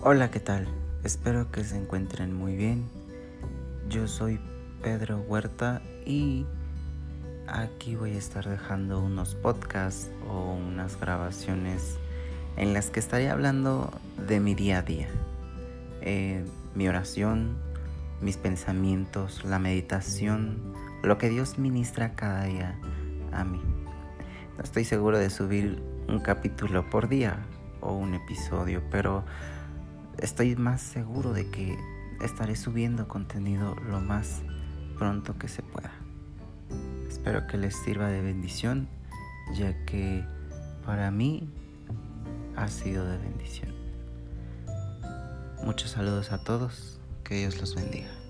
Hola, ¿qué tal? Espero que se encuentren muy bien. Yo soy Pedro Huerta y aquí voy a estar dejando unos podcasts o unas grabaciones en las que estaré hablando de mi día a día. Mi oración, mis pensamientos, la meditación, lo que Dios ministra cada día a mí. No estoy seguro de subir un capítulo por día o un episodio, pero estoy más seguro de que estaré subiendo contenido lo más pronto que se pueda. Espero que les sirva de bendición, ya que para mí ha sido de bendición. Muchos saludos a todos, que Dios los bendiga.